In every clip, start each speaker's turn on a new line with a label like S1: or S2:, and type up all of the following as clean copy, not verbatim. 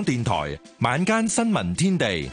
S1: 港電台晚間新聞天地，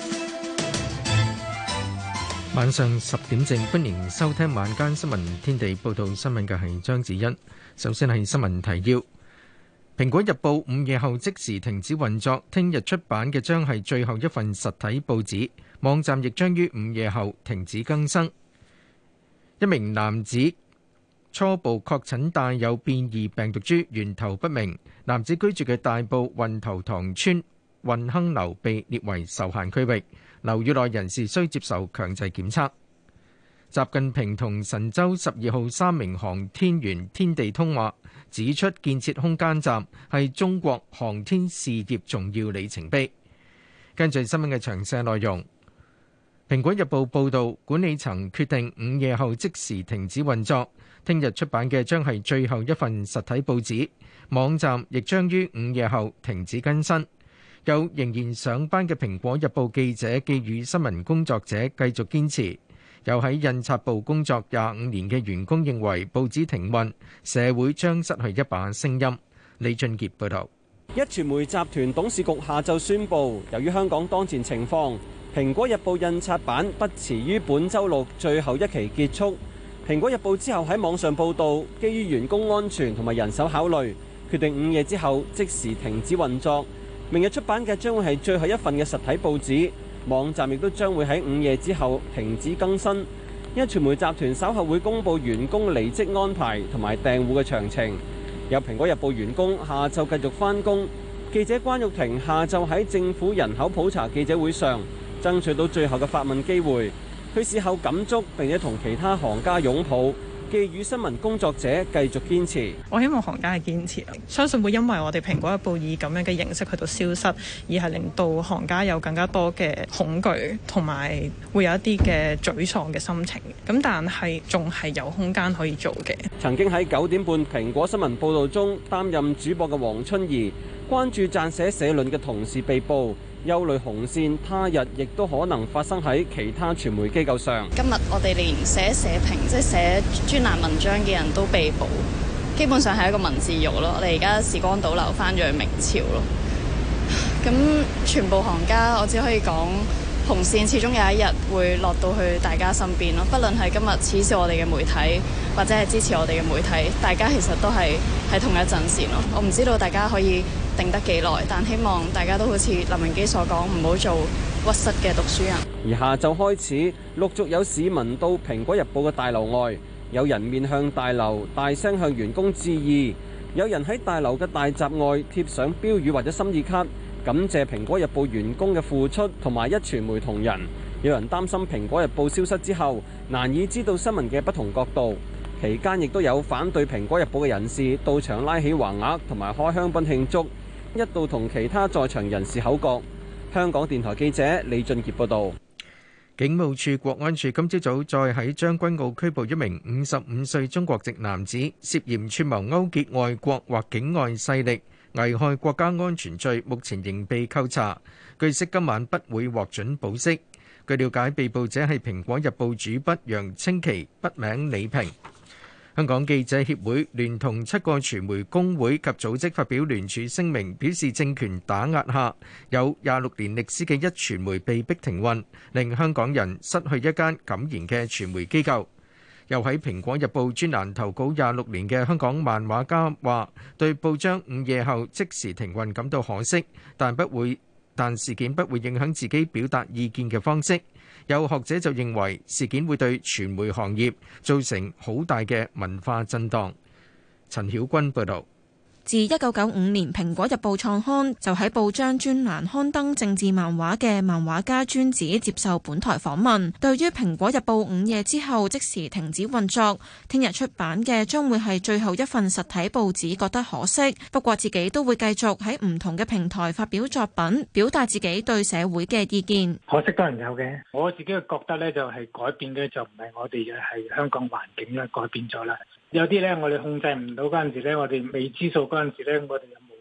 S2: 晚上10點正，歡迎收聽晚間新聞天地。報道新聞嘅係張子欣。首先係新聞提要：蘋果日報午夜後即時停止運作，聽日出版嘅將係最後一份實體報紙，網站亦將於午夜後停止更新。一名男子初步確診帶有變異病毒株，源頭不明。男子居住嘅大埔運頭塘村運亨樓被列為受限區域，樓宇內人士需接受強制檢測。習近平同神舟12號3名航天員天地通話，指出建設空間站係中國航天事業重要里程碑。跟住新聞嘅詳細內容。蘋果日報報導，管理層決定午夜後即時停止運作，聽日出版嘅將係最後一份實體報紙，網站亦將於午夜後停止更新。有仍然上班嘅蘋果日報記者寄語新聞工作者繼續堅持。有喺印刷部工作25年嘅員工認為，報紙停運，社會將失去一把聲音。李俊傑報導。
S3: 壹傳媒集團董事局下晝宣布，由於香港當前情況，蘋果日報印刷版不遲於本週六最後一期結束。蘋果日報之後喺網上報導，基於員工安全同埋人手考慮，決定午夜之後即時停止運作。明日出版嘅將會係最後一份嘅實體報紙。網站亦都將會喺午夜之後停止更新。壹傳媒集團稍後會公布員工離職安排同埋訂戶嘅詳情。有蘋果日報員工下晝繼續返工。記者關玉婷下晝喺政府人口普查記者會上爭取到最後嘅發問機會。佢事後感觸，並且同其他行家擁抱，寄語新聞工作者繼續堅持。
S4: 我希望行家係堅持，相信會因為我哋蘋果日報以咁樣嘅形式去到消失，而係令到行家有更加多嘅恐懼，同埋會有一啲嘅沮喪嘅心情。咁但係仲係有空間可以做嘅。
S3: 曾經喺9點半蘋果新聞報導中擔任主播嘅黃春怡，關注撰寫社論嘅同事被捕，憂慮紅線他日亦都可能發生喺其他傳媒機構上。
S5: 今日我哋連寫社評，即係寫專欄文章嘅人都被捕，基本上係一個文字獄咯。我哋而家時光倒流翻咗去明朝咯。咁全部行家，我只可以講紅線始終有一日會落到去大家身邊咯。不論係今日恥笑我哋嘅媒體，或者係支持我哋嘅媒體，大家其實都係喺同一陣線咯。我唔知道大家可以定得幾耐，但希望大家都好似林榮基所講，唔好做屈膝嘅讀書人。
S3: 而下晝開始，陸續有市民到蘋果日報嘅大樓外，有人面向大樓大聲向員工致意，有人喺大樓嘅大閘外貼上標語或者心意卡，感謝蘋果日報員工嘅付出同埋壹傳媒同仁。有人擔心蘋果日報消失之後，難以知道新聞嘅不同角度。期間亦都有反對蘋果日報嘅人士到場拉起橫額同埋開香檳慶祝，一度同其他在場人士口角。香港電台記者李俊傑報導。
S2: 警務處國安處今朝早再喺將軍澳拘捕一名55歲中國籍男子，涉嫌串謀勾結外國或境外勢力，危害國家安全罪，目前仍被扣查。據悉今晚不會獲准保釋。據了解，被捕者係蘋果日報主筆楊清奇，筆名李平。香港記者協會聯同7個傳媒工會及組織發表聯署聲明，表示政權打壓下有26年歷史嘅壹傳媒被逼停運，令香港人失去一間敢言嘅傳媒機構。又喺蘋果日報專欄投稿26年嘅香港漫畫家話，對報章午夜後即時停運感到可惜，但事件不會影響自己表達意見嘅方式。有學者就認為事件會對傳媒行業造成好大嘅文化震盪。陳曉君報導。
S6: 自1995年蘋果日報創刊，就喺報章專欄刊登政治漫畫嘅漫畫家尊子接受本台訪問，對於蘋果日報午夜之後即時停止運作，聽日出版嘅將會係最後一份實體報紙，覺得可惜。不過自己都會繼續喺唔同嘅平台發表作品，表達自己對社會嘅意見。
S7: 可惜當然有嘅，我自己覺得呢就係改變嘅就唔係我哋嘅，係香港環境咧改變咗啦。有啲咧，我哋控制唔到嗰陣時咧，我哋未知數嗰陣時咧，我哋又無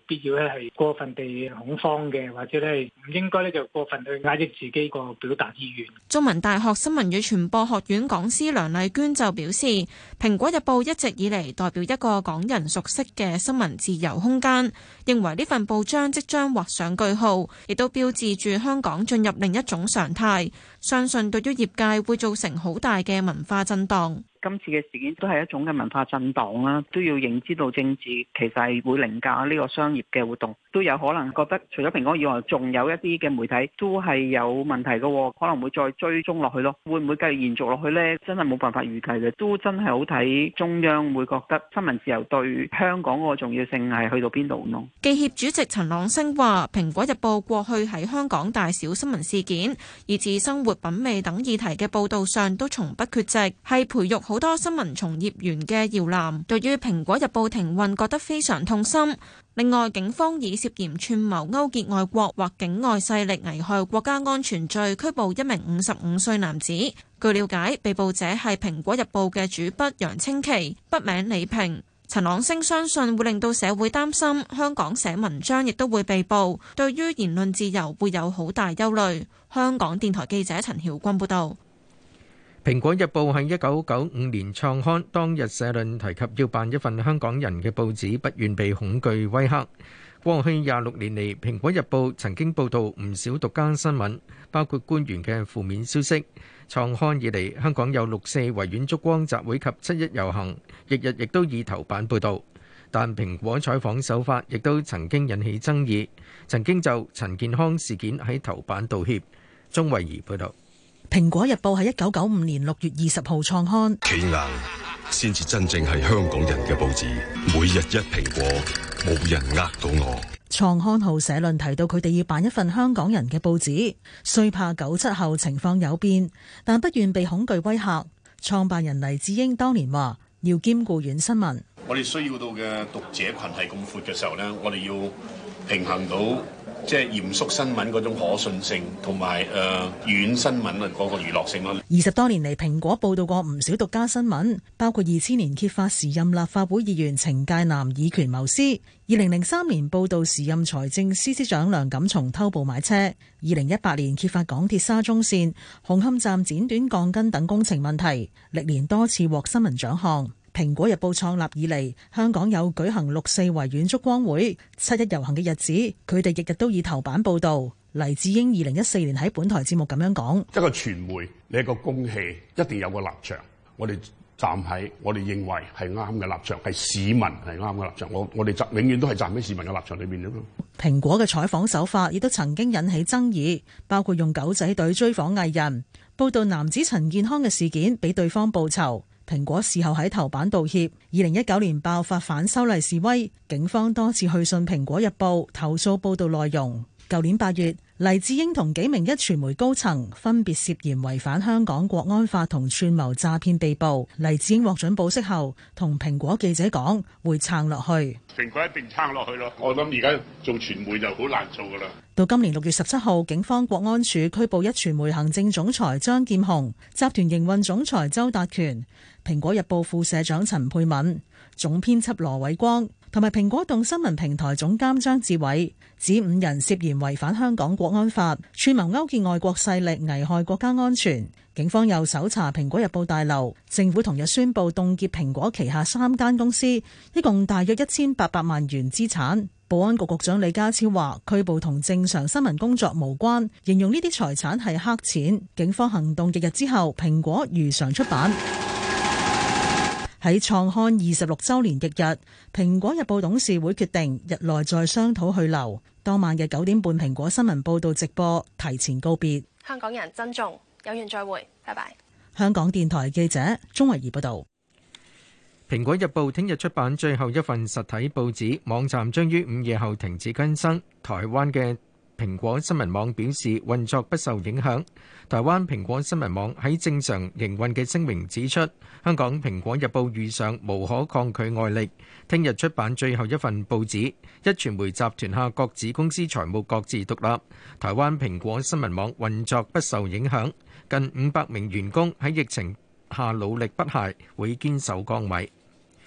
S7: 必要咧係過分地恐慌嘅，或者咧唔應該咧就過分去壓抑自己個表達意願。
S6: 中文大學新聞與傳播學院講師梁麗娟就表示，《蘋果日報》一直以嚟代表一個港人熟悉嘅新聞自由空間，認為呢份報章即將畫上句號，亦都標誌住香港進入另一種常態，相信對於業界會造成好大嘅文化震盪。
S8: 今次嘅事件都係一種嘅文化震盪啦，都要認知到政治其實係會凌駕呢個商業嘅活動，都有可能覺得除咗蘋果以外，仲有一啲嘅媒體都係有問題嘅，可能會再追蹤落去咯。會唔會繼續延續落去呢？真係冇辦法預計嘅，都真係好睇中央會覺得新聞自由對香港個重要性係去到邊度咯。
S6: 記協主席陳朗昇話，《蘋果日報》過去喺香港大小新聞事件，以至生活品味等議題嘅報導上都從不缺席，係培育好多新聞從業員嘅搖籃。對於《蘋果日報》停運，覺得非常痛心。另外，警方以涉嫌串謀勾結外國或境外勢力危害國家安全罪拘捕一名55歲男子。據了解，被捕者係《蘋果日報》嘅主筆楊清奇，筆名李平。陳朗昇相信會令到社會擔心，香港寫文章亦都會被捕，對於言論自由會有好大憂慮。香港電台記者陳曉君報導。
S2: 《蘋果日報》喺1995年創刊，當日社論提及要辦一份香港人嘅報紙，不願被恐懼威嚇。過去26年嚟，《蘋果日報》曾經報導唔少獨家新聞，包括官員嘅負面消息。創刊以嚟，香港有6四維園燭光集會及7一遊行，日日亦都以頭版報導。但蘋果採訪手法亦都曾經引起爭議，曾經就陳健康事件喺頭版道歉。鍾慧儀報導。
S9: 《蘋果日報》喺1995年6月20號創刊，
S10: 企硬先至真正係香港人嘅報紙。每日一蘋果，冇人呃到我。
S9: 創刊號社論提到，佢哋要辦一份香港人嘅報紙，雖怕97後情況有變，但不願被恐懼威嚇。創辦人黎智英當年話：要兼顧軟新聞。
S11: 我哋需要到嘅讀者群係咁闊嘅時候呢，我哋要平衡到即係嚴肅新聞嗰種可信性，同埋軟新聞啊嗰個娛樂性咯。
S9: 20多年嚟，蘋果報道過唔少獨家新聞，包括2000年揭發時任立法會議員程介南以權謀私，2003年報道時任財政司司長梁錦松偷步買車，2018年揭發港鐵沙中線紅磡站剪短鋼筋等工程問題，歷年多次獲新聞獎項。蘋果日報創立以嚟，香港有舉行6四維園燭光會、7一遊行嘅日子，佢哋日日都以頭版報導。黎智英2014年喺本台節目咁樣講：
S11: 一個傳媒，你一個公器，一定有個立場。我哋站喺我哋認為係啱嘅立場，係市民係啱嘅立場。我哋永遠都係站喺市民嘅立場裏邊啫嘛。
S9: 蘋果嘅採訪手法亦都曾經引起爭議，包括用狗仔隊追訪藝人，報導男子陳健康嘅事件，俾對方報仇。蘋果事後喺頭版道歉。2019年爆發反修例示威，警方多次去信蘋果日報投訴報導內容。舊年8月，黎智英同幾名壹傳媒高層分別涉嫌違反香港國安法同串謀詐騙被捕。黎智英獲准保釋後，同蘋果記者講會撐落去。
S11: 蘋果一定撐落去咯。我諗而家做傳媒就好難做噶啦。
S9: 到今年6月17號，警方國安處拘捕壹傳媒行政總裁張劍虹、集團營運總裁周達權、蘋果日報副社長陳佩敏、總編輯羅偉光同埋蘋果動新聞平台總監張志偉，指5人涉嫌違反香港國安法，串謀勾結外國勢力危害國家安全。警方又搜查蘋果日報大樓，政府同日宣布凍結蘋果旗下3間公司，一共大約1800萬元資產。保安局局長李家超話，拘捕同正常新聞工作無關，形容呢啲財產係黑錢。警方行動翌日之後，蘋果如常出版。喺創刊26週年翌日，蘋果日報董事會決定日內再商討去留。當晚嘅9點半，蘋果新聞報道直播提前告別。
S12: 香港人珍重，有緣再會，拜拜。
S9: 香港電台記者鍾慧儀報道。
S2: 蘋果日報聽日出版最後一份實體報紙，網站將於午夜後停止更新。台灣嘅蘋果新聞網表示運作不受影響。台灣蘋果新聞網喺正常營運嘅聲明指出，香港蘋果日報遇上無可抗拒外力，聽日出版最後一份報紙。壹傳媒集團下各子公司財務各自獨立。台灣蘋果新聞網運作不受影響，近500名員工喺疫情下努力不懈，會堅守崗位。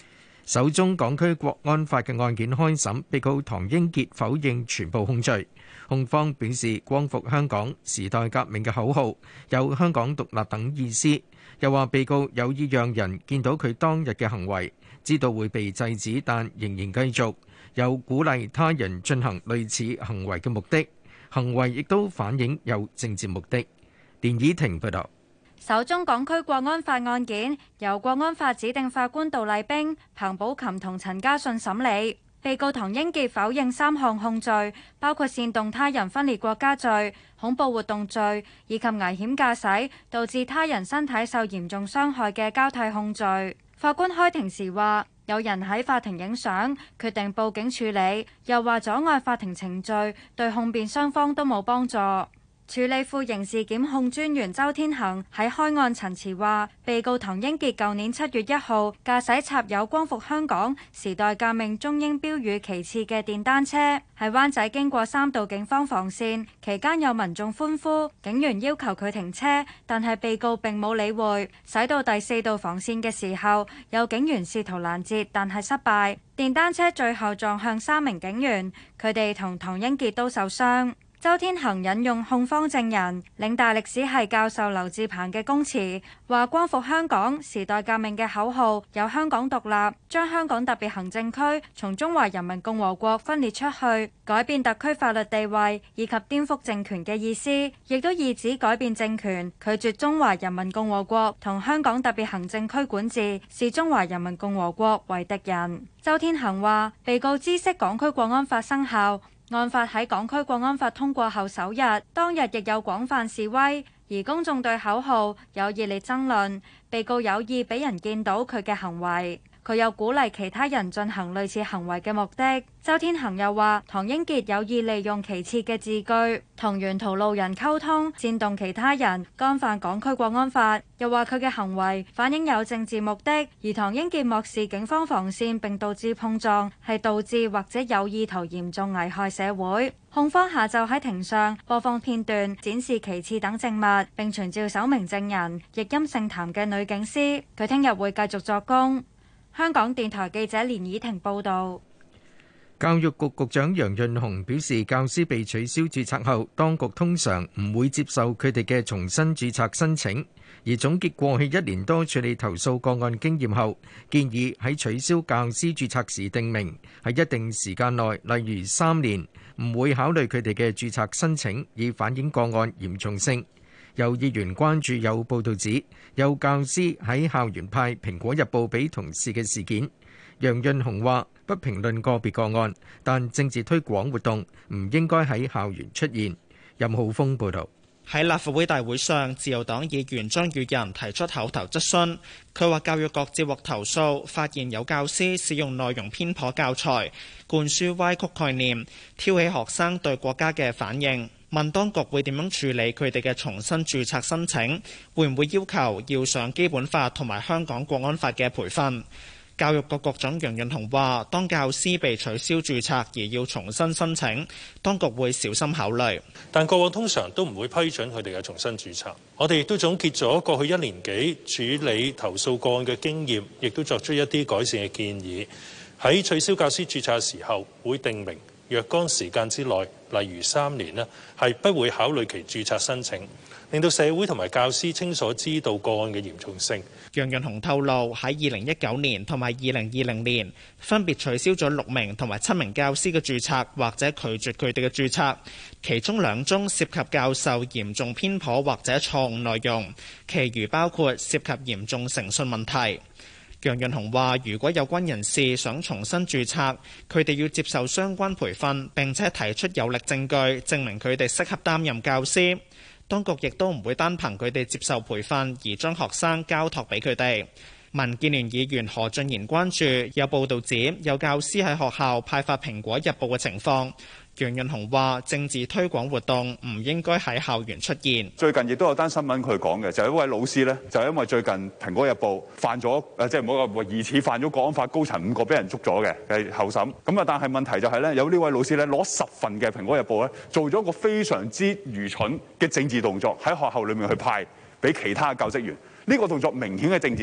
S2: 首宗港區國安法嘅案件開審，被告唐英傑否認全部控罪。控方表示，光復香港、時代革命嘅口號有香港獨立等意思，又話被告有意讓人見到佢當日嘅行為，知道會被制止，但仍然繼續，有鼓勵他人進行類似行為嘅目的，行為亦都反映有政治目的。連倚婷報導。
S13: 首宗港區國安法案件由國安法指定法官杜麗冰、彭寶琴同陳家信審理。被告唐英傑否認3項控罪，包括煽動他人分裂國家罪、恐怖活動罪以及危險駕駛導致他人身體受嚴重傷害嘅交替控罪。法官開庭時話：有人喺法庭影相，決定報警處理，又話阻礙法庭程序，對控辯雙方都冇幫助。處理副刑事檢控專員周天恒喺開案陳詞話，被告唐英傑舊年7月1號駕駛插有光復香港、時代革命中英標語旗幟嘅電單車喺灣仔經過3道警方防線，期間有民眾歡呼，警員要求佢停車，但係被告並冇理會。駛到第4道防線嘅時候，有警員試圖攔截，但係失敗。電單車最後撞向3名警員，佢哋同唐英傑都受傷。周天恒引用控方證人嶺大歷史系教授劉志鵬嘅供詞，話光復香港、時代革命嘅口號有香港獨立，將香港特別行政區從中華人民共和國分裂出去，改變特區法律地位以及顛覆政權嘅意思，亦都意指改變政權，拒絕中華人民共和國同香港特別行政區管治，視中華人民共和國為敵人。周天恒話，被告知悉港區國安法生效。案發喺港區國安法通過後首日，當日亦有廣泛示威，而公眾對口號有熱烈爭論。被告有意俾人見到佢嘅行為，佢又鼓勵其他人進行類似行為嘅目的。周天恒又話，唐英傑有意利用旗幟嘅字句同沿途路人溝通，煽動其他人干犯港區國安法。又話佢嘅行為反映有政治目的，而唐英傑漠視警方防線並導致碰撞，係導致或者有意圖嚴重危害社會。控方下晝喺庭上播放片段，展示旗幟等證物，並傳召首名證人譯音聖譚嘅女警司，佢聽日會繼續作供。香港電台記者連倚婷報導。
S2: 教育局局長楊潤雄表示，教師被取消註冊後，當局通常唔會接受佢哋嘅重新註冊申請。而總結過去1年多處理投訴個案經驗後，建議喺取消教師註冊時訂明，喺一定時間內，例如3年，唔會考慮佢哋嘅註冊申請，以反映個案嚴重性。有議員關注有報道指有教師喺校園派《蘋果日報》俾同事嘅事件。楊潤雄話：不評論個別個案，但政治推廣活動唔應該喺校園出現。任浩峰報導。
S14: 喺立法會大會上，自由黨議員張宇人提出口頭質詢，佢話教育局接獲投訴，發現有教師使用內容偏頗教材，灌輸歪曲概念，挑起學生對國家嘅反應。問當局會點樣處理佢哋嘅重新註冊申請，會唔會要求要上基本法同埋香港國安法嘅培訓？教育局局長楊潤雄話，當教師被取消註冊而要重新申請，當局會小心考慮。
S15: 但過往通常都唔會批准佢哋嘅重新註冊。我哋亦都總結咗過去1年幾處理投訴個案嘅經驗，亦都作出一啲改善嘅建議。喺取消教師註冊嘅時候，會定明若干時間之內，例如3年呢，係不會考慮其註冊申請，令到社會同埋教師清楚知道個案嘅嚴重性。
S14: 楊潤雄透露，喺2019年同埋2020年分別取消咗6名同埋7名教師嘅註冊，或者拒絕佢哋嘅註冊，其中2宗涉及教授嚴重偏頗或者錯誤內容，其餘包括涉及嚴重誠信問題。楊潤雄話，如果有關人士想重新註冊，佢哋要接受相關培訓，並且提出有力證據證明佢哋適合擔任教師。當局亦都唔會單憑佢哋接受培訓而將學生交託俾佢哋。民建聯議員何俊賢關注有報道指有教師喺學校派發《蘋果日報》嘅情況。楊潤雄話：政治推廣活動唔應該喺校園出現。
S16: 最近亦都有單新聞佢講嘅，就係一位老師呢，就係因為最近《蘋果日報》犯咗即係唔好話疑似犯咗國安法高層5個俾人捉咗嘅係候審。咁啊，但係問題就係呢，有呢位老師呢攞10份嘅《蘋果日報》呢，做咗一個非常之愚蠢嘅政治動作喺學校裏面去派俾其他教職員。呢個動作明顯嘅政治性，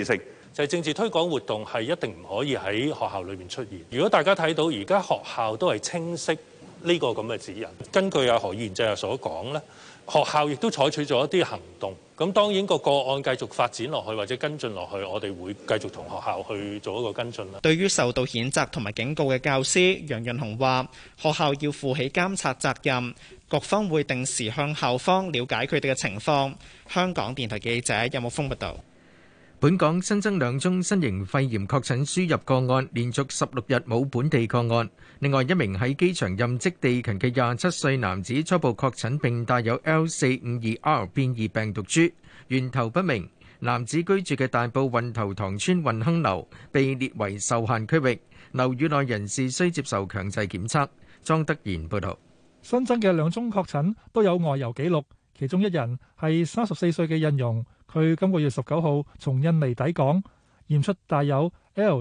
S15: 就係政治推廣活動係一定唔可以喺學校裏面出現。如果大家睇到而家學校都係清晰呢個咁嘅指引，根據何議員正係所講咧，學校亦都採取咗一啲行動。咁當然個案繼續發展落去或者跟進落去，我哋會繼續同學校去做一個跟進啦。
S14: 對於受到譴責同埋警告嘅教師，楊潤雄話：學校要負起監察責任，各方會定時向校方了解佢哋嘅情況。香港電台記者任木峰報道。
S2: 本港新增2宗新型肺炎確診輸入個案，連續16日冇本地個案。另外一名喺機場任職地勤嘅27歲男子初步確診並帶有 L452R 變異病毒株，源頭不明。男子居住嘅大埔運頭塘村運亨樓被列為受限區域，樓宇內人士需接受強制檢測。莊德賢報導。
S17: 新增嘅2宗確診都有外遊記錄，其中一人係34歲嘅印傭，佢今個月19號從印尼抵港，驗出帶有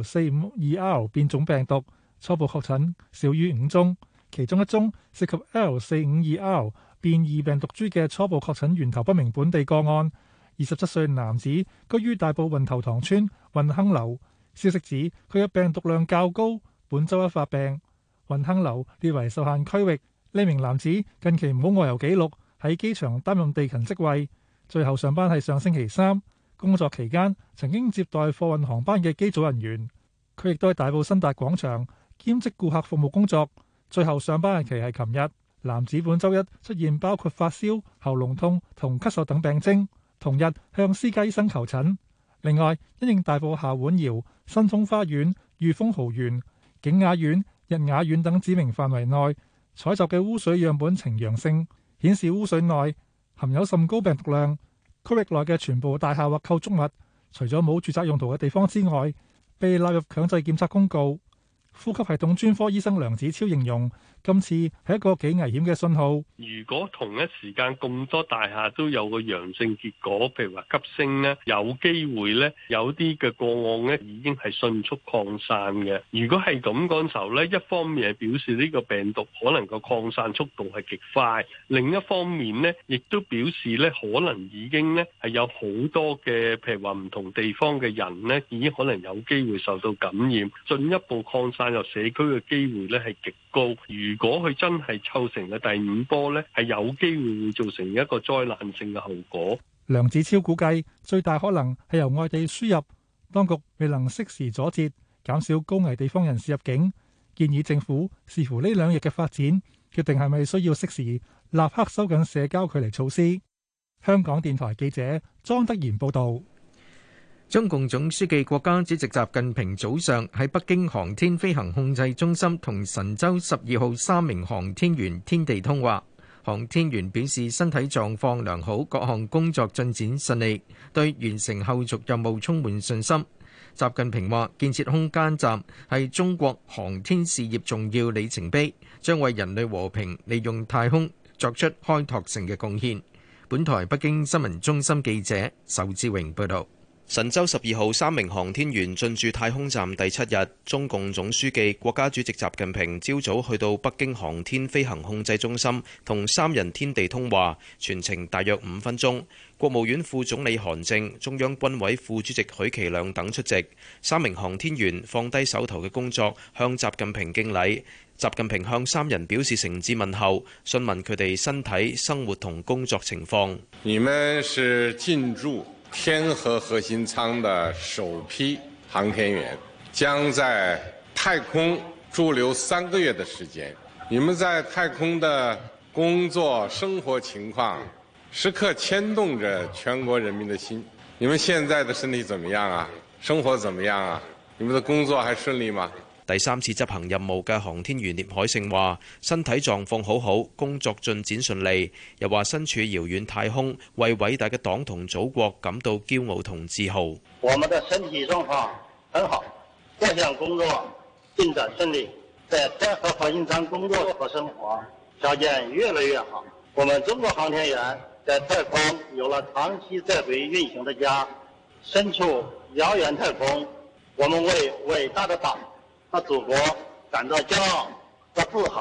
S17: L452R 變種病毒，初步確診少於5宗，其中1宗涉及 L452R 變異病毒株嘅初步確診源頭不明本地個案。27歲男子居於大埔運頭塘村運亨樓，消息指佢嘅病毒量較高，本週一發病，運亨樓列為受限區域。呢名男子近期冇外遊記錄，喺機場擔任地勤職位，最後上班係上星期3，工作期間曾經接待貨運航班嘅機組人員。佢亦都喺大埔新達廣場兼職顧客服務工作，最後上班日期係琴日。男子本週一出現包括發燒、喉嚨痛同咳嗽等病徵，同日向私家醫生求診。另外，因應大埔下碗窯、新豐花園、裕豐豪園、景雅苑、日雅苑等指明範圍內採集嘅污水樣本呈陽性，顯示污水內含有甚高病毒量。區域內嘅全部大廈或構築物，除咗冇住宅用途嘅地方之外，被納入強制檢測公告。呼吸系統專科醫生梁子超形容，今次係一個幾危險嘅信號。
S18: 如果同一時間咁多大廈都有個陽性結果，譬如話急升呢，有機會呢，有啲嘅個案呢已經係迅速擴散嘅。如果係咁嗰時候呢，一方面係表示呢個病毒可能個擴散速度係極快，另一方面呢，亦都表示呢可能已經呢係有好多嘅譬如話唔同地方嘅人呢已經可能有機會受到感染，進一步擴散入社區嘅機會呢係極高。如果佢真係湊成嘅第5波呢，係有機會會造成一個災難性嘅後果。
S17: 梁子超估計最大可能係由外地輸入，當局未能適時阻截，減少高危地方人士入境，建議政府視乎呢2日嘅發展，決定係咪需要適時立刻收緊社交距離措施。香港電台記者莊德賢報導。
S2: 中共總書記、國家主席習近平早上喺北京航天飛行控制中心同神舟12號3名航天員天地通話。航天員表示身體狀況良好，各項工作進展順利，對完成後續任務充滿信心。習近平話：建設空間站係中國航天事業重要里程碑，將為人類和平利用太空作出開拓性嘅貢獻。本台北京新聞中心記者仇志榮報導。
S19: 神舟12號3名航天員進駐太空站第7日，中共總書記、國家主席習近平朝早去到北京航天飛行控制中心同3人天地通話，全程大約5分鐘。國務院副總理韓正、中央軍委副主席許其亮等出席。3名航天員放低手頭嘅工作，向習近平敬禮。習近平向3人表示誠摯問候，詢問佢哋身體、生活同工作情況。
S20: 你們是進駐天河核心艙的首批航天員，將在太空駐留3個月的時間。你們在太空的工作生活情況，時刻牽動着全國人民的心。你們現在的身體怎麼樣啊？生活怎麼樣啊？你們的工作還順利嗎？
S19: 第3次執行任務嘅航天員聶海勝話：身體狀況好好，工作進展順利。又話身處遙遠太空，為偉大嘅黨同祖國感到驕傲同自豪。
S21: 我們的身體狀況很好，各項工作進展順利，在天河核心艙工作和生活條件越來越好。我們中國航天員在太空有了長期在軌運行的家，身處遙遠太空，我們為偉大的黨和祖國感到驕傲和自豪。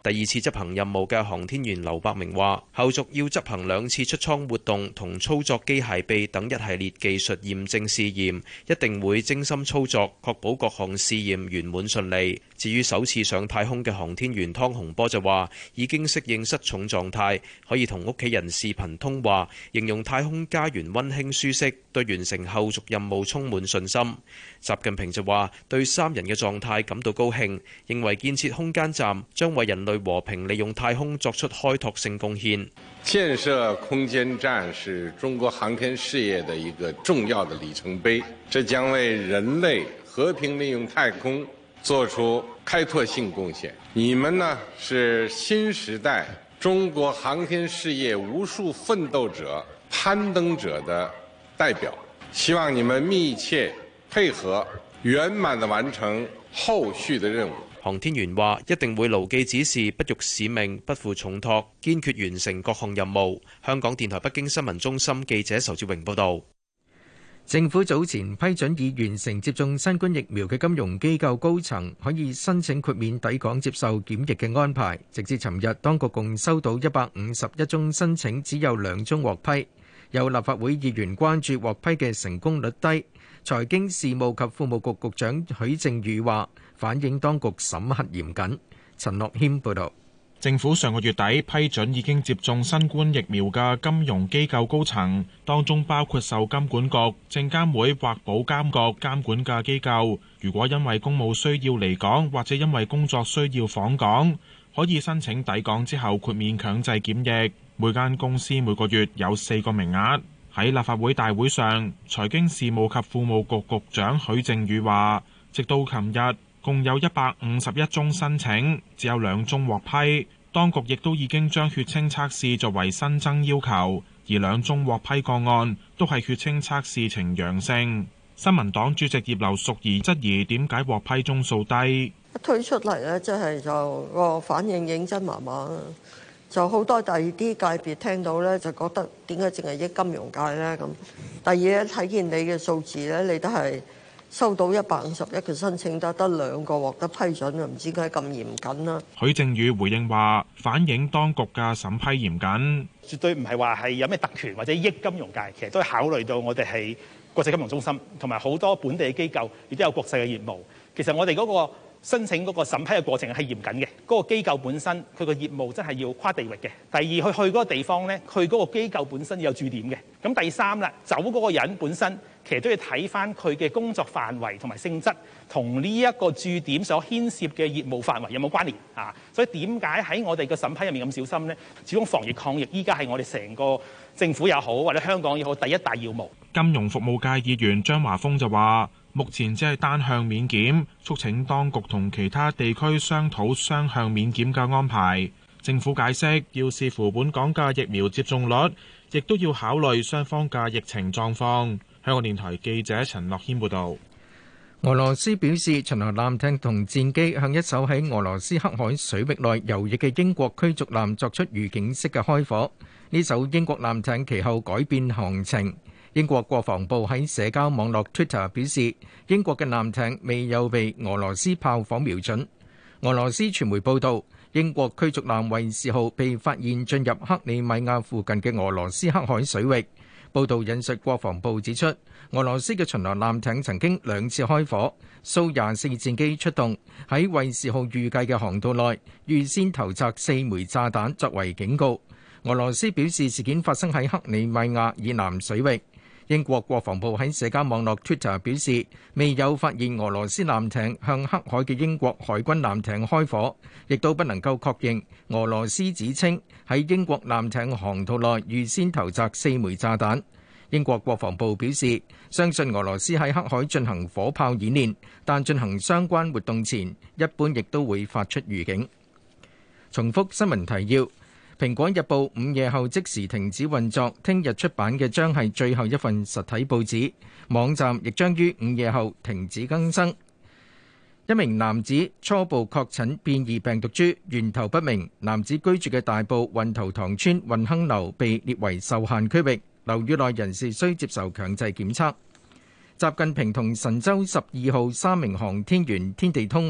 S19: 第二次執行任務嘅航天員劉伯明話，後續要執行2次出艙活動同操作機械臂等一系列技術驗證試驗，一定會精心操作，確保各項試驗圓滿順利。至於首次上太空嘅航天員湯洪波就話，已經適應失重狀態，可以同屋企人視頻通話，形容太空家園溫馨舒適，對完成後續任務充滿信心。習近平就話，對3人嘅狀態感到高興，認為建設空間站將為人類和平利用太空作出開拓性貢獻。
S20: 建設空間站是中國航天事業的一個重要的里程碑，這將為人類和平利用太空做出開拓性貢獻。你們呢，是新時代中國航天事業無數奮鬥者、攀登者的代表，希望你們密切配合，圓滿地完成後續的任務。
S19: 航天員話：一定會牢記指示，不辱使命，不負重託，堅決完成各項任務。香港電台北京新聞中心記者仇志榮報導。政府早前批准已完成接種新冠疫苗嘅金融機構高層可以申請豁免抵港接受檢疫嘅安排。直至尋日，當局共收到151宗申請，只有2宗獲批。有立法會議員關注獲批嘅成功率低。財經事務及庫務局局長許正宇話，反映當局審核嚴謹。陳樂謙報導。
S1: 政府上個月底批准已經接種新冠疫苗嘅金融機構高層，當中包括受金管局、證監會或保監局監管嘅機構，如果因為公務需要離港或者因為工作需要訪港，可以申請抵港之後豁免強制檢疫。每間公司每個月有4個名額。喺立法會大會上，財經事務及庫務局局長許正宇話，直到琴日，共有151宗申請，只有2宗獲批。當局亦都已經將血清測試作為新增要求，而2宗獲批個案都係血清測試呈陽性。新民黨主席葉劉淑儀質疑點解獲批宗數低？
S22: 一推出嚟呢，即係就個反應認真麻麻，就好多第二啲界別聽到呢，就覺得點解淨係益金融界呢？咁第二咧，睇見你嘅數字呢，你都係收到151個申請，得2個獲得批准，唔知點解咁嚴謹啦。
S1: 許正宇回應話，反映當局嘅審批嚴謹，
S23: 絕對唔係話係有咩特權或者益金融界，其實都係考慮到我哋係國際金融中心，同埋好多本地嘅機構亦都有國際嘅業務。其實我哋嗰個申請嗰個審批嘅過程係嚴謹嘅，嗰個機構本身佢個業務真係要跨地域嘅。第二，佢去嗰個地方呢，佢嗰個機構本身要有駐點嘅。咁第三啦，走嗰個人本身其實都要睇翻佢嘅工作範圍同埋性質，同呢一個駐點所牽涉嘅業務範圍有冇關聯啊？所以點解喺我哋嘅審批入面咁小心呢？始終防疫抗疫依家係我哋成個政府也好，或者香港也好，第一大要務。
S1: 金融服務界議員張華峰就話，目前只係單向免檢，促請當局同其他地區商討雙向免檢嘅安排。政府解釋要視乎本港嘅疫苗接種率，亦都要考慮雙方嘅疫情狀況。香港電台記者陳樂軒報導。
S2: 俄羅斯表示，巡邏艦艇同戰機向一艘喺俄羅斯黑海水域內游弋嘅英國驅逐艦作出預警式嘅開火。呢艘英國艦艇其後改變航程。英國國防部喺社交網絡 Twitter 表示，英國嘅艦艇未有被俄羅斯炮火瞄準。俄羅斯傳媒報導，英國驅逐艦衛士號被發現進入克里米亞附近嘅俄羅斯黑海水域。報導引述國防部指出，俄羅斯嘅巡邏艦艇曾經2次開火，蘇24戰機出動喺衛士號預計嘅航道內預先投擲4枚炸彈作為警告。俄羅斯表示事件發生喺克里米亞以南水域。英國國防部喺社交網絡 Twitter 表示，未有發現俄羅斯艦艇向黑海嘅英國海軍艦艇開火，亦都不能夠確認俄羅斯指稱喺英國艦艇航道內預先投擲4枚炸彈。英國國防部表示，相信俄羅斯喺黑海進行火炮演練，但進行相關活動前，一般亦都會發出預警。重複新聞提要。蘋果日報午夜後即時停止運作，聽日出版嘅將係最後一份實體報紙，網站亦將於午夜後停止更新。一名男子初步確診變異病毒株，源頭不明。男子居住嘅大埔運頭塘村運亨樓被列為受限區域，樓宇內人士需接受強制檢測。習近平同神舟12號3名航天員天地通話，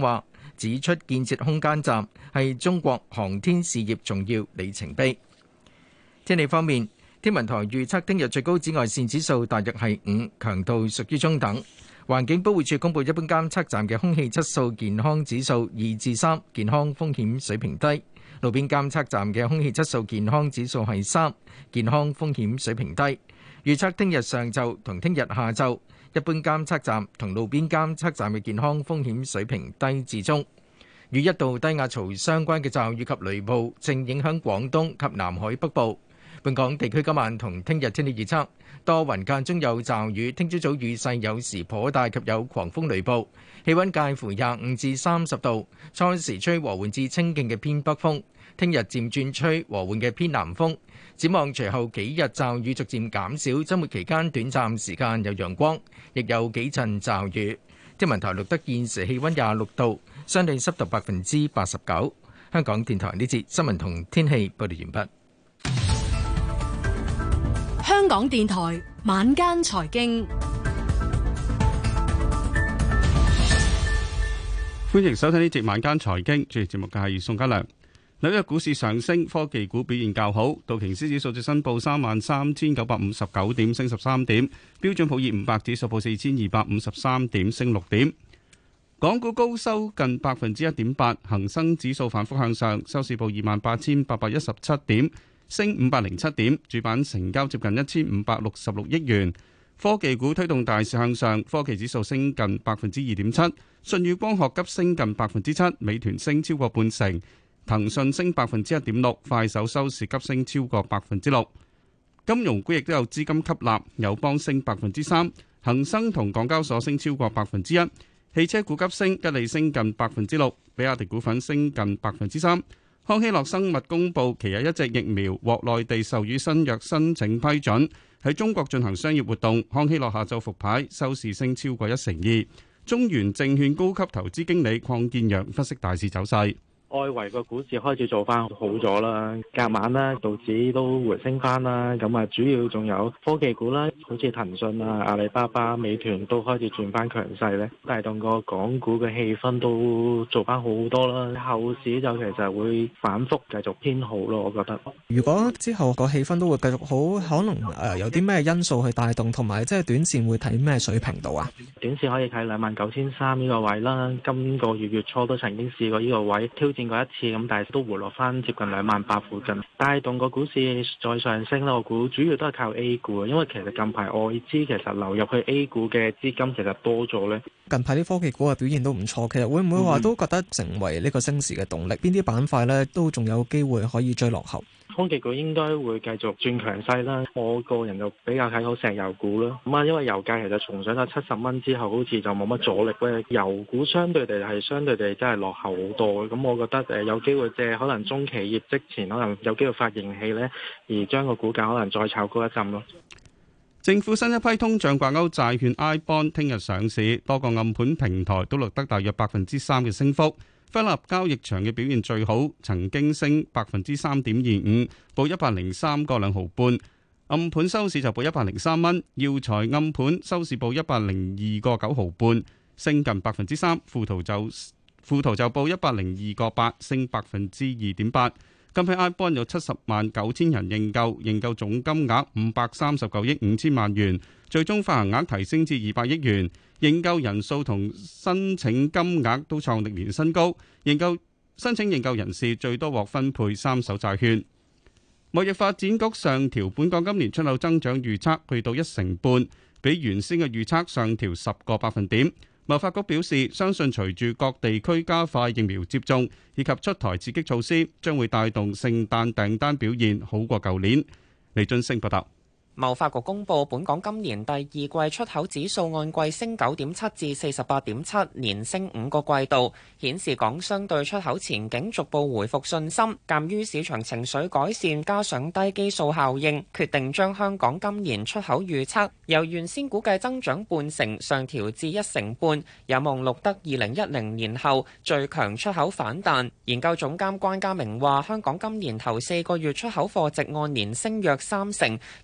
S2: 指出建設空間站係中國航天事業重要里程碑。天氣方面，天文台預測聽日最高紫外線指數大約係5，強度屬於中等。環境保護署公布一般監測站嘅空氣質素健康指數2至3，健康風險水平低；路邊監測站嘅空氣質素健康指數係3，健康風險水平低。預測聽日上晝同聽日下晝，一般監測站同路邊監測站嘅健康風險水平低至中。與一道低壓槽相關嘅驟雨及雷暴正影響廣東及南海北部。本港地區今晚同聽日天氣預測，多雲間中有驟雨，聽朝早雨勢有時頗大及有狂風雷暴，氣溫介乎25至30度，初時吹和緩至清勁嘅偏北風，聽日漸轉吹和緩嘅偏南風。展望隨後幾日驟雨逐漸減少，週末期間短暫時間有陽光，亦有幾陣驟雨。天文台錄得現時氣溫26度，相對濕度89%。香港電台呢節新聞同天氣報道完畢。
S3: 香港電台晚間財經，
S4: 歡迎收聽呢節晚間財經。主持節目嘅係宋家良。紐約股市上升，科技股表現較好。道瓊斯指數最新報33,959點，升13點；標準普爾500指數報4,253點，升6點。港股高收近1.8%，恒生指數反覆向上，收市報28,817點。升507點，主板成交接近1566億元。科技股推動大市向上，科技指數升近2.7%，舜宇光學急升近7%，美團升超過半成，騰訊升1.6%，快手收市急升超過6%。金融股亦都有資金吸納，友邦升3%，恒生同港交所升超過1%。汽車股急升，吉利升近6%，比亞迪股份升近3%。康希諾生物公布，旗下一隻疫苗獲內地授予新藥申請批准，喺中國進行商業活動。康希諾下晝復牌，收市升超過1%2。中原證券高級投資經理鄺建陽分析大市走勢。
S5: 外圍個股市開始做翻好咗啦，隔晚啦，道指都回升翻啦，咁啊主要仲有科技股啦，好似騰訊啊、阿里巴巴、美團都開始轉翻強勢咧，帶動個港股嘅氣氛都做翻好多啦。後市就其實會反覆繼續偏好咯，我覺得。
S24: 如果之後個氣氛都會繼續好，可能有啲咩因素去帶動，同埋即係短線會睇咩水平度啊？
S5: 短線可以睇29,300呢個位啦，今個月月初都曾經試過呢個位挑戰過一次，咁但係都回落翻接近28,000附近，帶動個股市再上升啦。我估主要都係靠 A 股，因為其實近排外資其實流入去 A 股嘅資金其實多咗咧。
S24: 近排啲科技股嘅表現都唔錯，其實會唔會話都覺得成為呢個升市嘅動力？邊啲板塊咧都仲有機會可以追落後？
S5: 科技股應該會繼續轉強勢啦。我個人就比較睇好石油股啦。咁啊，因為油價其實重上咗70蚊之後，好似就冇乜阻力咧。油股相對地真係落後好多。咁我覺得有機會借可能中期業績前可能有機會發盈喜咧，而將個股價可能再炒高一陣咯。
S4: 政府新一批通脹掛鈎債券 iBond 聽日上市，多個暗盤平台都錄得大約3%嘅升幅。輝立交易場嘅表現最好，曾經升3.25%，報103個2毫半。暗盤收市就報103蚊。耀才暗盤收市報102個9毫半，升近3%。富途就報102個8，升2.8%。今批 iBond 有709000人認購，認購總金額539億5千萬元，最終發行額提升至200億元。認購人數同申請金額都創歷年新高，申請認購人士最多獲分配3手債券。貿易發展局上調本港今年出口增長預測去到1.5%，比原先嘅預測上調10個百分點。貿發局表示，相信隨住各地區加快疫苗接種以及出台刺激措施，將會帶動聖誕訂單表現好過舊年。李俊升報道。
S25: 貿發局公布，本港今年第二季出口指數按季升9.7至48.7，連升5個季度，顯示港商對出口前景逐步回復信心。鑑於市場情緒改善，加上低基數效應，決定將香港今年出口預測由原先估計增長半成上調至1.5%，有望錄得2010年後最強出口反彈。研究總監關家明話：香港今年頭4個月出口貨值按年升約3成，預測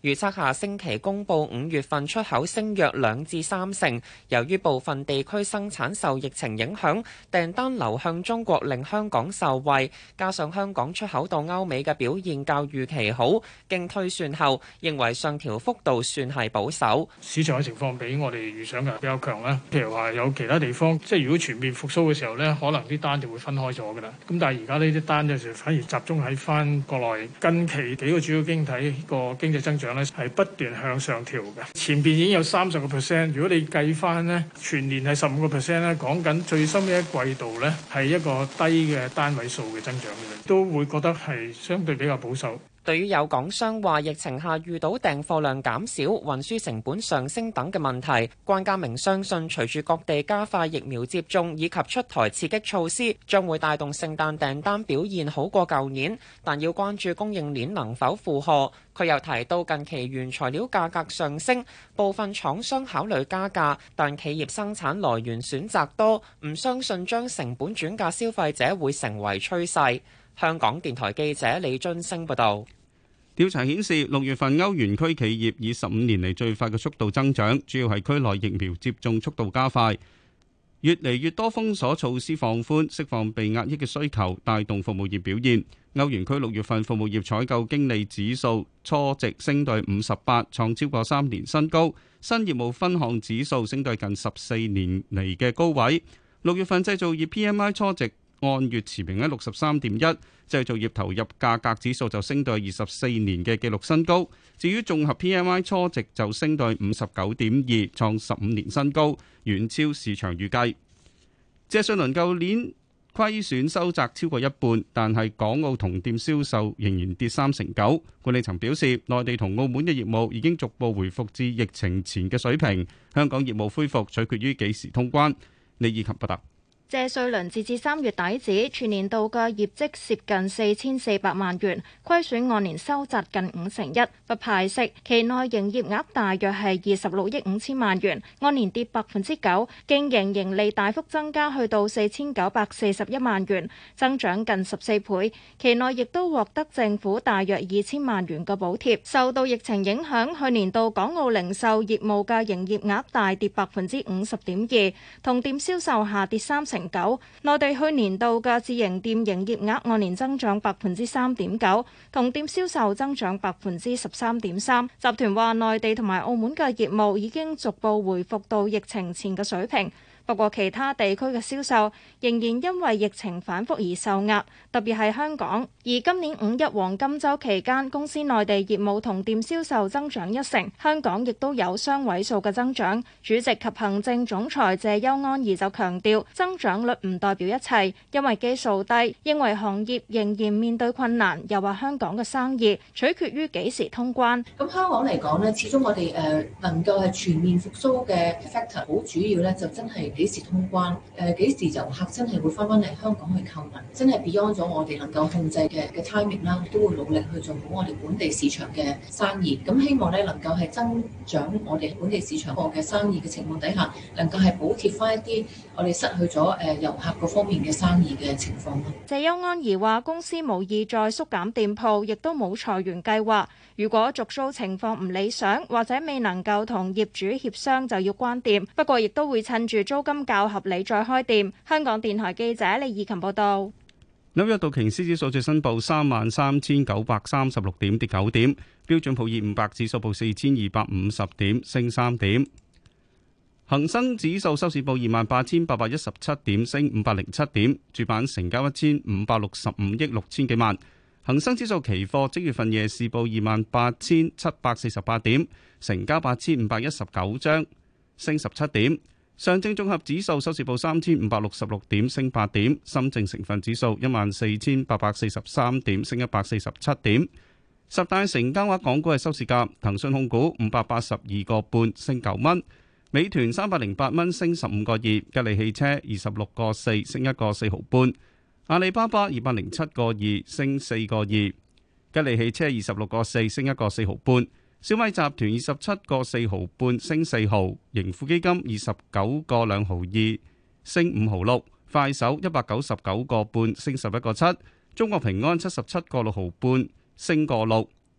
S25: 下星期公佈5月份出口升約2至3成。由於部分地區生產受疫情影響，訂單流向中國令香港受惠，加上香港出口到歐美嘅表現較預期好，經推算後認為上調幅度算係保守。
S6: 市場嘅情況比我哋預想嘅比較強啦。譬如話有其他地方，即係如果全面復甦嘅時候呢，可能啲單就會分開咗㗎啦。咁但係而家呢啲單就反而集中喺翻國內。近期幾個主要經濟個經濟增長呢係不斷向上調嘅。前邊已經有30%，如果你計翻呢，全年係15%咧，講緊最新嘅一季度呢係一個低嘅單位數嘅增長嘅，都會覺得係相對比較保守。
S25: 對於有港商話疫情下遇到訂貨量減少、運輸成本上升等嘅問題，關家明相信隨住各地加快疫苗接種以及出台刺激措施，將會帶動聖誕訂單表現好過舊年，但要關注供應鏈能否負荷。佢又提到近期原材料價格上升，部分廠商考慮加價，但企業生產來源選擇多，唔相信將成本轉嫁消費者會成為趨勢。香港電台記者李津升報道。
S4: 調查顯示，6月份歐元區企業以15年嚟最快嘅速度增長，主要係區內疫苗接種速度加快，越嚟越多封鎖措施放寬，釋放被壓抑嘅需求，帶動服務業表現。歐元區6月份服務業採購經理指數初值升到58，創超過3年新高，新業務分項指數升到近14年嚟嘅高位。6月份製造業 PMI 初值按月持平喺63.1，製造業投入價格指數就升到24年嘅紀錄新高。至於綜合 PMI 初值就升到59.2，創15年新高，遠超市場預計。謝瑞麟舊年虧損收窄超過一半，但係港澳同店銷售仍然跌39%。管理層表示，內地同澳門嘅業務已經逐步回復至疫情前嘅水平，香港業務恢復取決於幾時通關。李以琴報道。
S7: 謝瑞麟截至3月底止，全年度嘅業績蝕近4400萬元，虧損按年收窄近51%，不派息。期內營業額大約係26億5千萬元，按年跌9%，經營盈利大幅增加去到4941萬元，增長近14倍。期內亦都獲得政府大約2000萬元嘅補貼。受到疫情影響，去年度港澳零售業務嘅營業額大跌50.2%，同店銷售下跌39%。內地去年度嘅自營店營業額按年增長3.9%，同店銷售增長13.3%。集團話內地同埋澳門嘅業務已經逐步回復到疫情前嘅水平。不過其他地區嘅銷售仍然因為疫情反覆而受壓，特別係香港。而今年5一黃金週期間，公司內地業務同店銷售增長1成，香港亦都有雙位數嘅增長。主席及行政總裁謝邱安儀就強調，增長率唔代表一切，因為基數低，認為行業仍然面對困難。又話香港嘅生意取決於幾時通關。
S8: 咁香港嚟講呢，始終我哋能夠係全面復甦嘅 factor， 好主要呢就真係幾時通關，幾時遊客真係會翻嚟香港去購物，真係 beyond 咗我哋能夠控制嘅 timing 啦，都會努力去做好我哋本地市場嘅生意。咁希望咧能夠係增長我哋本地市場嘅生意嘅情況底下，能夠係補貼翻一啲我哋失去咗遊客嗰方面嘅生意嘅情況咯。
S7: 謝邱安儀話：公司無意再縮減店鋪，亦都冇裁員計劃。如果續租情況唔理想，或者未能夠同業主協商，就要關店。不過亦都會趁住租金較合理再開店。香港電台記者李義琴報道。
S4: 紐約道瓊斯指數最新報33,936點，跌9點。標準普爾500指數報4,250點，升3點。恒生指數收市報28,817點，升507點。主板成交1,565億6千幾萬。恒生指數期貨即月份夜市報28,748點，成交8,519張，升17點。上證綜合指數收市報3,566點，升8點。深證成分指數14,843點，升147點。十大成交額港股嘅收市價：騰訊控股582個半，升9蚊；美團308蚊，升15個2；吉利汽車26個4，升1個4毫半；阿里巴巴207個2，升4個2；吉利汽車26個4，升1個4毫半。小米集團27個4毫半，升4毫；盈富基金29個2毫2，升5毫6；快手199個半，升11個7；中國平安77個6毫半，升個6；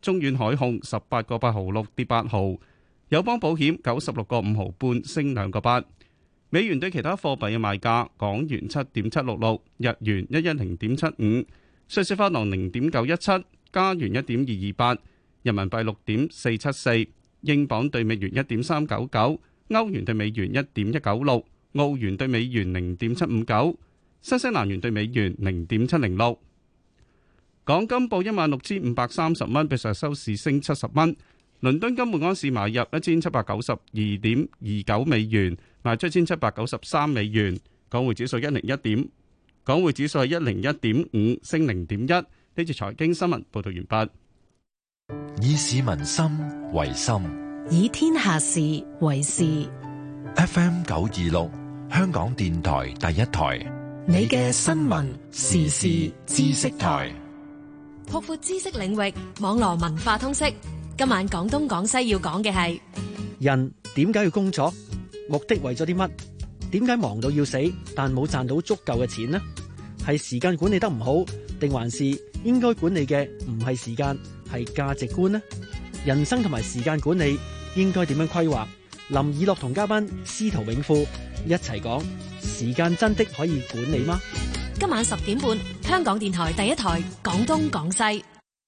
S4: 中遠海控18個8毫6跌8毫，友邦保險96個5毫半升2個8。美元對其他貨幣嘅賣價：港元7.766，日元110.75，瑞士法郎0.917，加元1.228，人民幣6.474，英鎊對美元1.399，歐元對美元1.196，澳元對美元0.759，新西蘭元對美元0.706。港金報16,530蚊，比上日收市升70蚊。倫敦金每安士買入1792.29美元，賣出1793美元。港匯指數101點，港匯指數係101.5，升0.1。呢節財經新聞報道完畢。
S9: 以市民心為心，
S3: 以天下事為事。
S9: FM 926，香港電台第一台，
S3: 你嘅新聞時事知識台，擴闊知識領域，網絡文化通識。今晚廣東廣西要講嘅係
S10: 人點解要工作？目的為咗啲乜？點解忙到要死，但冇賺到足夠嘅錢呢？係時間管理得唔好，定還是應該管理嘅唔係時間，係價值觀呢？人生同埋時間管理應該點樣規劃？林以樂同嘉賓司徒永富一齊講：時間真的可以管理嗎？
S3: 今晚10點半，香港電台第一台廣東廣西。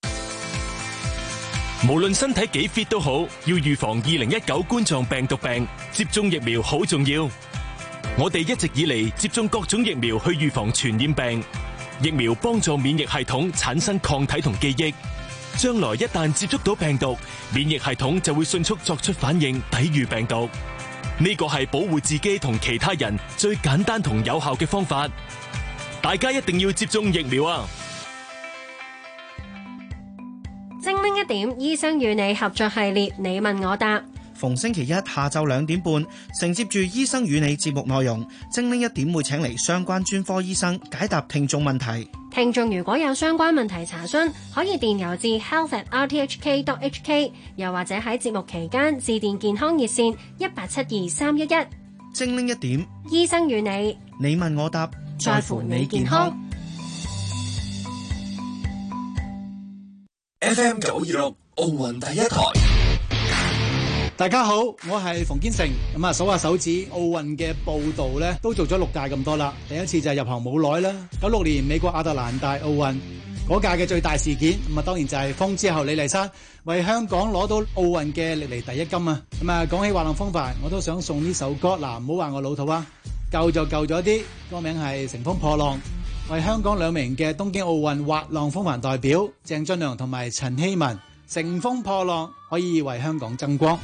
S11: 無論身體幾 fit 都好，要預防2019冠狀病毒病，接種疫苗好重要。我哋一直以嚟接種各種疫苗去預防傳染病，疫苗幫助免疫系統產生抗體同記憶，將來一旦接觸到病毒，免疫系統就會迅速作出反應，抵禦病毒。呢個係保護自己同其他人最簡單同有效嘅方法，大家一定要接種疫苗啊！
S12: 精靈一點，醫生與你合作系列，你問我答。
S13: 逢星期一下晝2點半，承接住醫生與你節目內容，精靈一點會請嚟相關專科醫生解答聽眾問題。
S12: 聽眾如果有相關問題查詢，可以電郵至 health@rthk.hk， 又或者喺節目期間致電健康熱線1872-311。
S13: 精靈一點，
S12: 醫生與你，
S13: 你問我答，
S12: 在乎你健康。
S9: FM 926奧運第一台，
S26: 大家好，我係馮堅成。咁啊，數下手指，奧運嘅報道咧都做咗6屆咁多啦。第一次就係入行冇耐啦，96年美國亞特蘭大奧運嗰屆嘅最大事件，咁啊當然就係風之後李麗珊為香港攞到奧運嘅歷嚟第一金啊。咁啊，講起滑浪風帆，我都想送呢首歌，嗱唔好話我老土啊，舊就舊咗啲，歌名係《乘風破浪》。為香港2名嘅東京奧運滑浪風帆代表鄭俊良同埋陳希文，乘風破浪可以為香港爭光。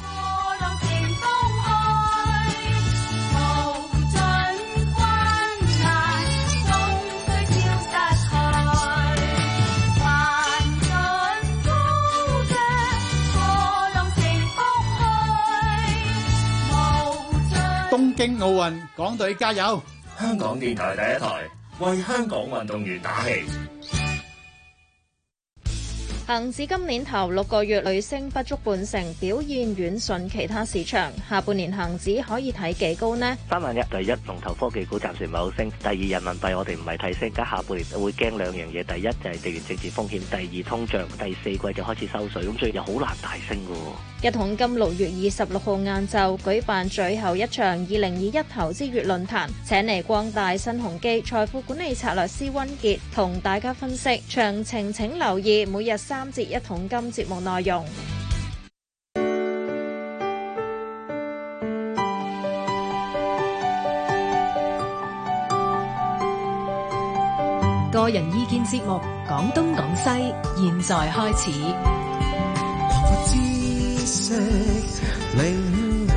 S26: 東京奧運，港隊加油！
S9: 香港電台第一台，為香港運動員打氣。
S7: 恒指今年頭6個月累升不足半成，表現遠遜其他市場。下半年恒指可以睇幾高呢？3萬一，第一龍頭科技股暫時唔係好升，第二人民幣我哋唔係睇升，加下半年會驚2樣嘢，第一就係地緣政治風險，第二通脹，第4季就開始收水，咁所以又好難大升㗎。一桶金6月26號晏晝舉辦最後一場2021投資月論壇，請嚟光大新鴻基財富管理策略師溫傑同大家分析，詳情請留意每日3節一桶金節目內容。
S3: 個人意見節目《廣東廣西》，現在開始。
S27: 領域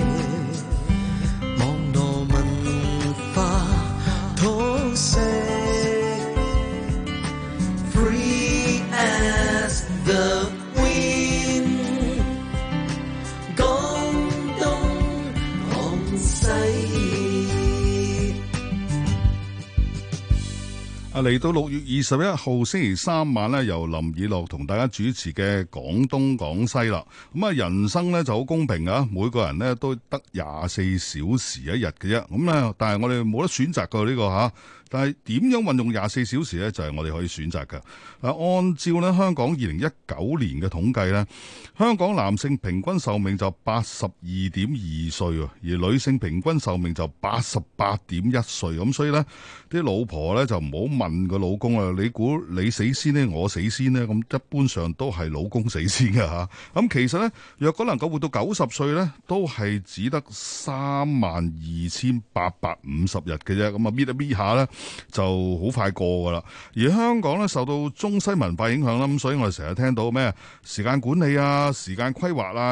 S27: 網絡文化通識 Free as the wind 廣東廣西。
S14: 嚟到6月21號星期三晚咧，由林以樂同大家主持嘅廣東廣西啦。咁啊，人生咧就好公平啊，每個人咧都得24小時一日嘅啫。咁咧，但係我哋冇得選擇㗎呢個嚇。但係點樣運用24小時咧，就係我哋可以選擇嘅。按照咧香港2019年嘅統計咧，香港男性平均壽命就82.2歲，而女性平均壽命就88.1歲。咁所以咧，啲老婆咧就唔好問個老公啊，你估你死先呢？我死先呢？咁一般上都係老公死先嘅嚇。咁其實咧，若果能夠活到90歲咧，都係只得32,850日嘅啫。咁啊，搣一搣下咧，就好快過噶啦。而香港咧受到中西文化影響啦，咁所以我哋成日聽到咩時間管理啊、時間規劃啊。